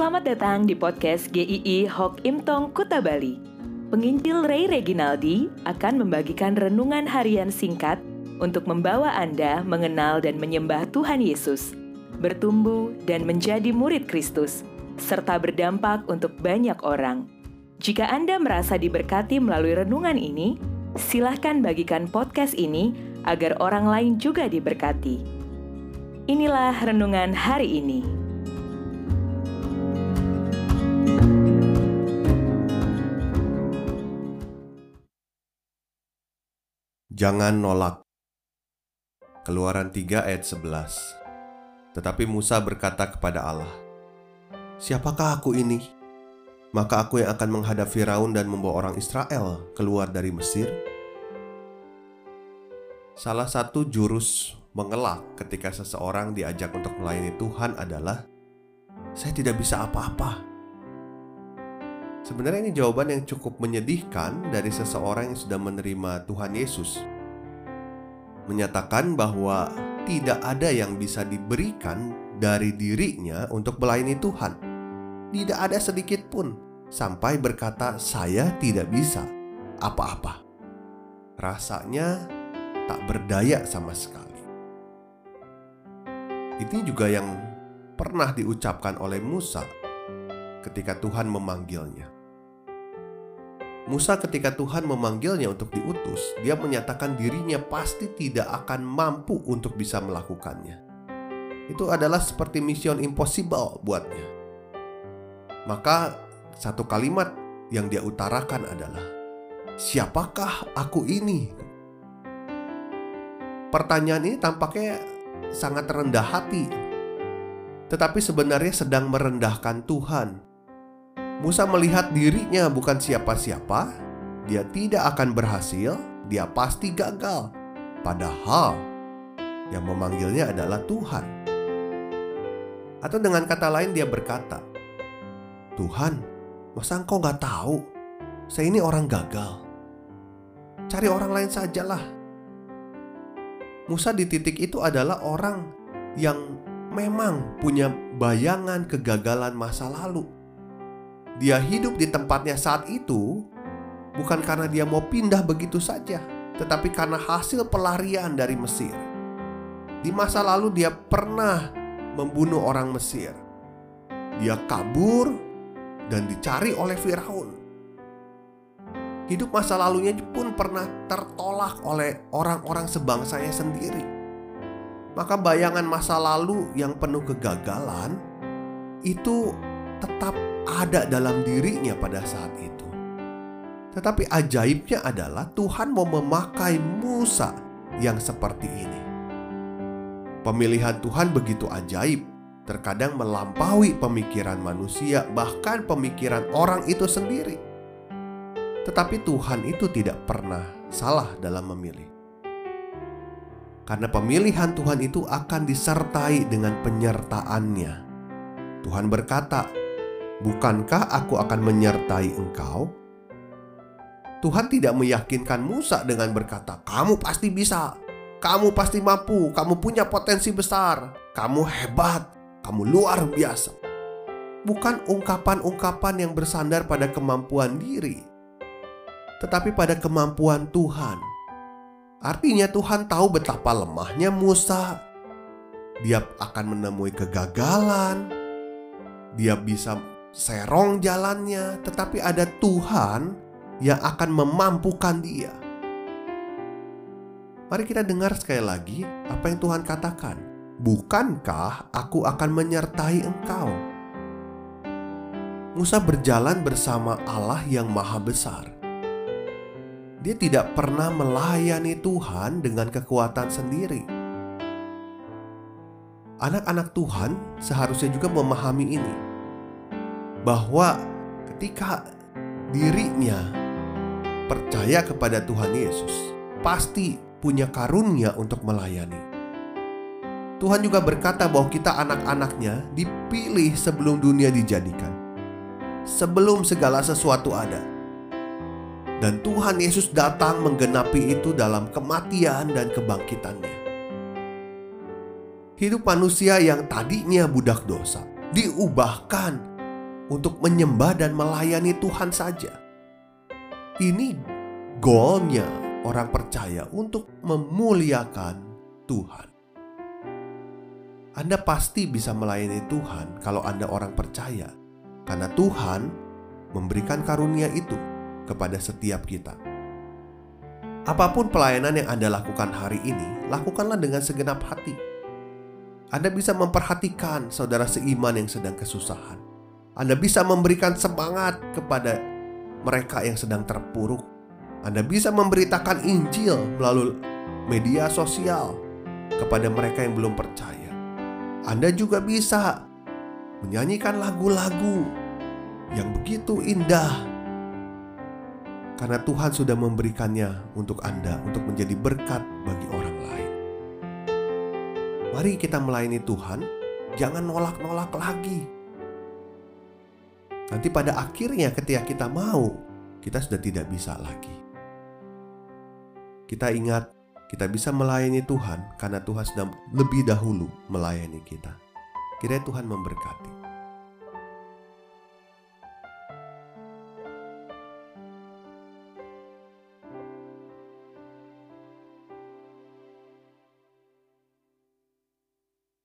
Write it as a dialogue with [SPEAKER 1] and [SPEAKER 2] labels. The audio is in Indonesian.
[SPEAKER 1] Selamat datang di podcast GII Hok Im Tong Kuta Bali. Penginjil Ray Reginaldi akan membagikan renungan harian singkat untuk membawa Anda mengenal dan menyembah Tuhan Yesus, bertumbuh dan menjadi murid Kristus, serta berdampak untuk banyak orang. Jika Anda merasa diberkati melalui renungan ini, silahkan bagikan podcast ini agar orang lain juga diberkati. Inilah renungan hari ini.
[SPEAKER 2] Jangan nolak. Keluaran 3 ayat 11. Tetapi Musa berkata kepada Allah, "Siapakah aku ini? Maka aku yang akan menghadap Firaun dan membawa orang Israel keluar dari Mesir?" Salah satu jurus mengelak ketika seseorang diajak untuk melayani Tuhan adalah, "Saya tidak bisa apa-apa." Sebenarnya ini jawaban yang cukup menyedihkan dari seseorang yang sudah menerima Tuhan Yesus. Menyatakan bahwa tidak ada yang bisa diberikan dari dirinya untuk melayani Tuhan. Tidak ada sedikit pun, sampai berkata, "Saya tidak bisa apa-apa." Rasanya tak berdaya sama sekali. Ini juga yang pernah diucapkan oleh Musa ketika Tuhan memanggilnya. Musa ketika Tuhan memanggilnya untuk diutus, dia menyatakan dirinya pasti tidak akan mampu untuk bisa melakukannya. Itu adalah seperti mission impossible buatnya. Maka satu kalimat yang dia utarakan adalah, "Siapakah aku ini?" Pertanyaan ini tampaknya sangat rendah hati, tetapi sebenarnya sedang merendahkan Tuhan. Musa melihat dirinya bukan siapa-siapa, dia tidak akan berhasil, dia pasti gagal. Padahal yang memanggilnya adalah Tuhan. Atau dengan kata lain dia berkata, "Tuhan, masa engkau gak tahu? Saya ini orang gagal. Cari orang lain sajalah." Musa di titik itu adalah orang yang memang punya bayangan kegagalan masa lalu. Dia hidup di tempatnya saat itu bukan karena dia mau pindah begitu saja, tetapi karena hasil pelarian dari Mesir. Di masa lalu dia pernah membunuh orang Mesir. Dia kabur dan dicari oleh Firaun. Hidup masa lalunya pun pernah tertolak oleh orang-orang sebangsanya sendiri. Maka bayangan masa lalu yang penuh kegagalan itu tetap ada dalam dirinya pada saat itu. Tetapi ajaibnya adalah Tuhan mau memakai Musa yang seperti ini. Pemilihan Tuhan begitu ajaib, terkadang melampaui pemikiran manusia, bahkan pemikiran orang itu sendiri. Tetapi Tuhan itu tidak pernah salah dalam memilih. Karena pemilihan Tuhan itu akan disertai dengan penyertaannya. Tuhan berkata, "Bukankah aku akan menyertai engkau?" Tuhan tidak meyakinkan Musa dengan berkata, "Kamu pasti bisa, kamu pasti mampu, kamu punya potensi besar, kamu hebat, kamu luar biasa." Bukan ungkapan-ungkapan yang bersandar pada kemampuan diri, tetapi pada kemampuan Tuhan. Artinya Tuhan tahu betapa lemahnya Musa. Dia akan menemui kegagalan, dia bisa serong jalannya, tetapi ada Tuhan yang akan memampukan dia. Mari kita dengar sekali lagi apa yang Tuhan katakan. "Bukankah aku akan menyertai engkau?" Musa berjalan bersama Allah yang maha besar. Dia tidak pernah melayani Tuhan dengan kekuatan sendiri. Anak-anak Tuhan seharusnya juga memahami ini, bahwa ketika dirinya percaya kepada Tuhan Yesus, pasti punya karunia untuk melayani. Tuhan juga berkata bahwa kita anak-anaknya dipilih sebelum dunia dijadikan, sebelum segala sesuatu ada. Dan Tuhan Yesus datang menggenapi itu dalam kematian dan kebangkitannya. Hidup manusia yang tadinya budak dosa diubahkan untuk menyembah dan melayani Tuhan saja. Ini goalnya orang percaya, untuk memuliakan Tuhan. Anda pasti bisa melayani Tuhan kalau Anda orang percaya, karena Tuhan memberikan karunia itu kepada setiap kita. Apapun pelayanan yang Anda lakukan hari ini, lakukanlah dengan segenap hati. Anda bisa memperhatikan saudara seiman yang sedang kesusahan. Anda bisa memberikan semangat kepada mereka yang sedang terpuruk. Anda bisa memberitakan Injil melalui media sosial kepada mereka yang belum percaya. Anda juga bisa menyanyikan lagu-lagu yang begitu indah, karena Tuhan sudah memberikannya untuk Anda, untuk menjadi berkat bagi orang lain. Mari kita melayani Tuhan, jangan nolak-nolak lagi. Nanti pada akhirnya ketika kita mau, kita sudah tidak bisa lagi. Kita ingat, kita bisa melayani Tuhan karena Tuhan sudah lebih dahulu melayani kita. Kiranya Tuhan memberkati.